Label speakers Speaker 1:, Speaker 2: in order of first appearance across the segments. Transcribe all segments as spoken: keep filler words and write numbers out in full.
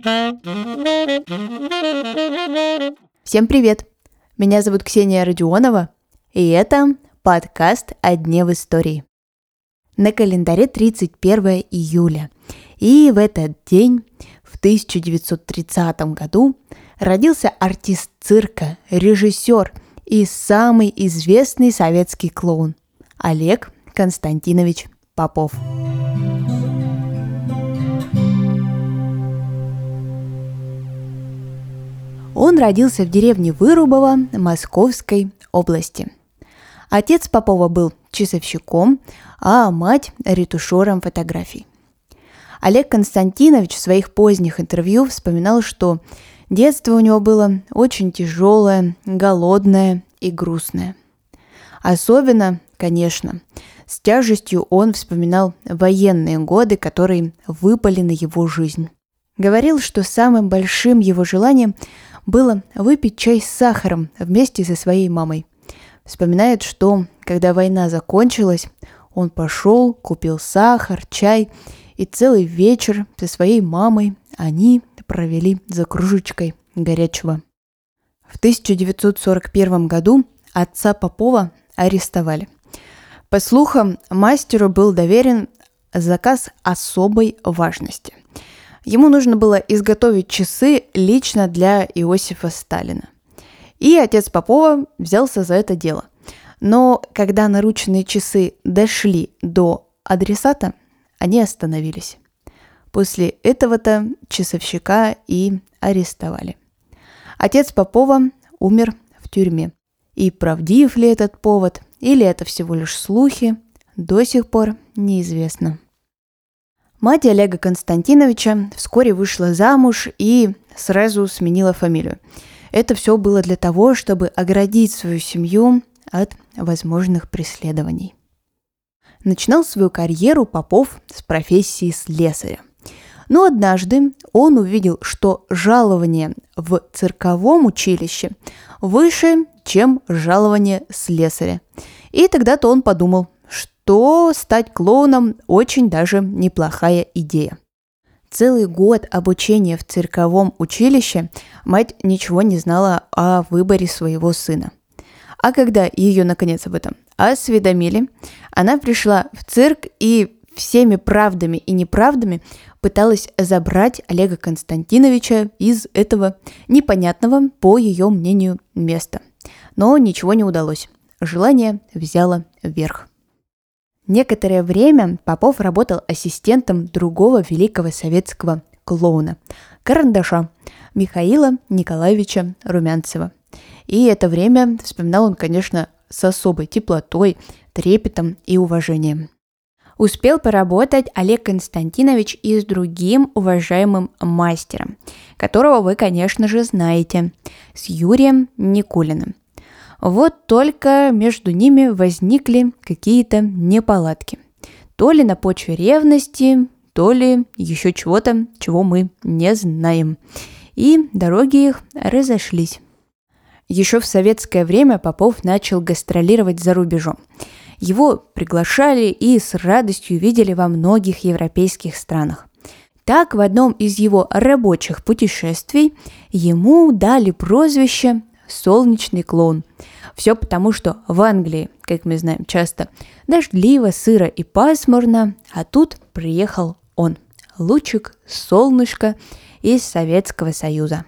Speaker 1: Всем привет! Меня зовут Ксения Родионова, и это подкаст «О дне в истории». На календаре тридцать первое июля, и в этот день, в тысяча девятьсот тридцатом году, родился артист цирка, режиссер и самый известный советский клоун Олег Константинович Попов. Он родился в деревне Вырубово Московской области. Отец Попова был часовщиком, а мать – ретушером фотографий. Олег Константинович в своих поздних интервью вспоминал, что детство у него было очень тяжелое, голодное и грустное. Особенно, конечно, с тяжестью он вспоминал военные годы, которые выпали на его жизнь. Говорил, что самым большим его желанием было выпить чай с сахаром вместе со своей мамой. Вспоминает, что, когда война закончилась, он пошел, купил сахар, чай, и целый вечер со своей мамой они провели за кружечкой горячего. В тысяча девятьсот сорок первом году отца Попова арестовали. По слухам, мастеру был доверен заказ особой важности. Ему нужно было изготовить часы лично для Иосифа Сталина. И отец Попова взялся за это дело. Но когда наручные часы дошли до адресата, они остановились. После этого-то часовщика и арестовали. Отец Попова умер в тюрьме. И правдив ли этот повод, или это всего лишь слухи, до сих пор неизвестно. Мать Олега Константиновича вскоре вышла замуж и сразу сменила фамилию. Это все было для того, чтобы оградить свою семью от возможных преследований. Начинал свою карьеру Попов с профессии слесаря. Но однажды он увидел, что жалование в цирковом училище выше, чем жалование слесаря. И тогда-то он подумал, что стать клоуном очень даже неплохая идея. Целый год обучения в цирковом училище мать ничего не знала о выборе своего сына. А когда ее, наконец, об этом осведомили, она пришла в цирк и всеми правдами и неправдами пыталась забрать Олега Константиновича из этого непонятного, по ее мнению, места. Но ничего не удалось. Желание взяло верх. Некоторое время Попов работал ассистентом другого великого советского клоуна – Карандаша Михаила Николаевича Румянцева. И это время вспоминал он, конечно, с особой теплотой, трепетом и уважением. Успел поработать Олег Константинович и с другим уважаемым мастером, которого вы, конечно же, знаете, с Юрием Никулиным. Вот только между ними возникли какие-то неполадки. То ли на почве ревности, то ли еще чего-то, чего мы не знаем. И дороги их разошлись. Еще в советское время Попов начал гастролировать за рубежом. Его приглашали и с радостью видели во многих европейских странах. Так, в одном из его рабочих путешествий ему дали прозвище «Солнечный клоун». Все потому, что в Англии, как мы знаем, часто дождливо, сыро и пасмурно, а тут приехал он, лучик солнышка из Советского Союза.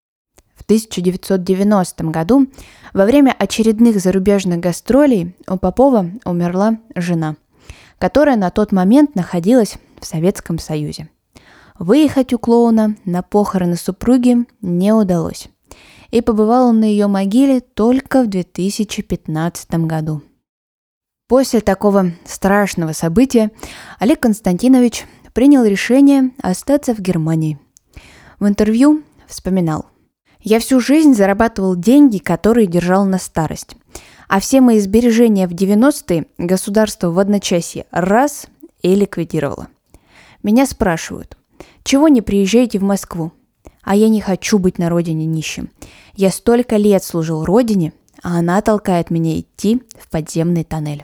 Speaker 1: В тысяча девятьсот девяностом году во время очередных зарубежных гастролей у Попова умерла жена, которая на тот момент находилась в Советском Союзе. Выехать у клоуна на похороны супруги не удалось. И побывал он на ее могиле только в две тысячи пятнадцатом году. После такого страшного события Олег Константинович принял решение остаться в Германии. В интервью вспоминал: «Я всю жизнь зарабатывал деньги, которые держал на старость. А все мои сбережения в девяностые государство в одночасье раз и ликвидировало. Меня спрашивают: чего не приезжаете в Москву? А я не хочу быть на родине нищим. Я столько лет служил родине, а она толкает меня идти в подземный тоннель».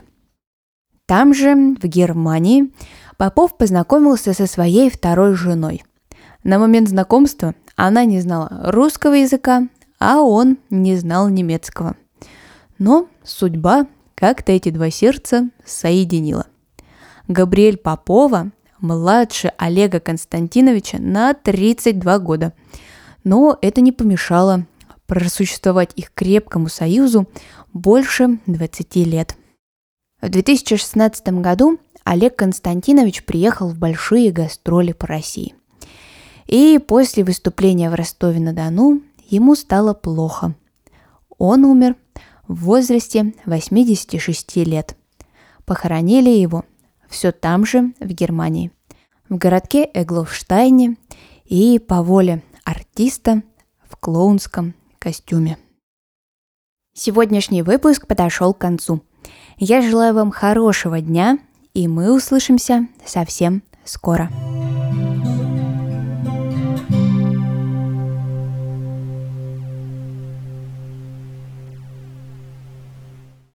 Speaker 1: Там же, в Германии, Попов познакомился со своей второй женой, На момент знакомства она не знала русского языка, а он не знал немецкого. Но судьба как-то эти два сердца соединила. Габриэль Попова младше Олега Константиновича на тридцать два года. Но это не помешало просуществовать их крепкому союзу больше двадцати лет. В две тысячи шестнадцатом году Олег Константинович приехал в большие гастроли по России. И после выступления в Ростове-на-Дону ему стало плохо. Он умер в возрасте восьмидесяти шести лет. Похоронили его все там же, в Германии, в городке Эглофштайне и по воле артиста в клоунском костюме. Сегодняшний выпуск подошел к концу. Я желаю вам хорошего дня, и мы услышимся совсем скоро.